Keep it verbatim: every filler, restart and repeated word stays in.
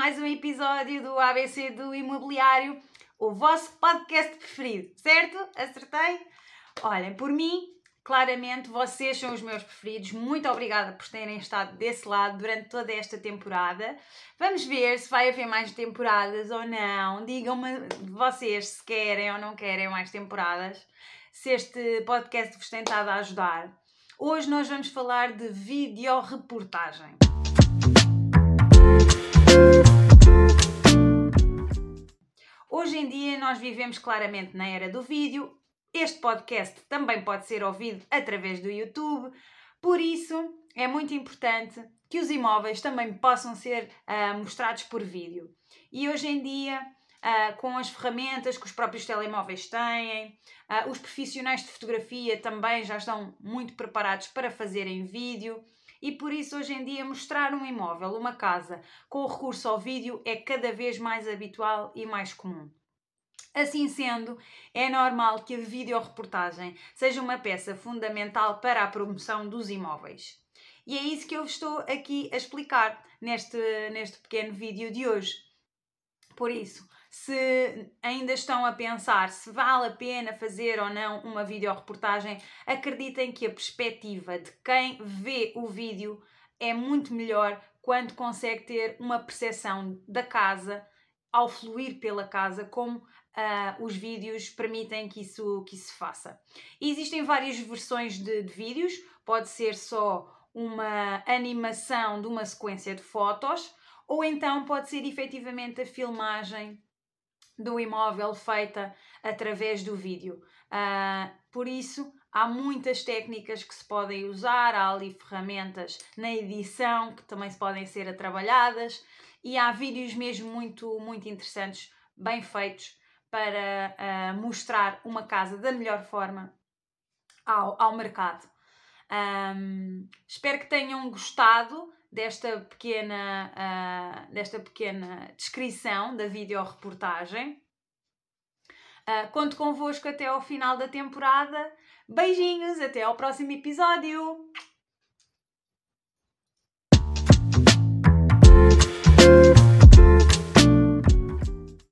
mais um episódio do A B C do Imobiliário, o vosso podcast preferido, certo? Acertei? Olhem, por mim, claramente vocês são os meus preferidos. Muito obrigada por terem estado desse lado durante toda esta temporada. Vamos ver se vai haver mais temporadas ou não. Digam-me vocês se querem ou não querem mais temporadas, se este podcast vos tem estado a ajudar. Hoje nós vamos falar de videoreportagem. Hoje em dia nós vivemos claramente na era do vídeo. Este podcast também pode ser ouvido através do YouTube. Por isso é muito importante que os imóveis também possam ser uh, mostrados por vídeo. E hoje em dia, uh, com as ferramentas que os próprios telemóveis têm, uh, os profissionais de fotografia também já estão muito preparados para fazerem vídeo. E por isso hoje em dia mostrar um imóvel, uma casa, com o recurso ao vídeo é cada vez mais habitual e mais comum. Assim sendo, é normal que a videoreportagem seja uma peça fundamental para a promoção dos imóveis. E é isso que eu estou aqui a explicar neste, neste pequeno vídeo de hoje. Por isso, se ainda estão a pensar se vale a pena fazer ou não uma videoreportagem, acreditem que a perspectiva de quem vê o vídeo é muito melhor quando consegue ter uma percepção da casa ao fluir pela casa, como uh, os vídeos permitem que isso, que isso faça. E existem várias versões de, de vídeos, pode ser só uma animação de uma sequência de fotos, ou então pode ser efetivamente a filmagem do imóvel feita através do vídeo. Uh, por isso, há muitas técnicas que se podem usar, há ali ferramentas na edição que também se podem ser trabalhadas e há vídeos mesmo muito, muito interessantes, bem feitos, para uh, mostrar uma casa da melhor forma ao, ao mercado. Um, espero que tenham gostado desta pequena, uh, desta pequena descrição da videoreportagem. Uh, conto convosco até ao final da temporada. Beijinhos, até ao próximo episódio!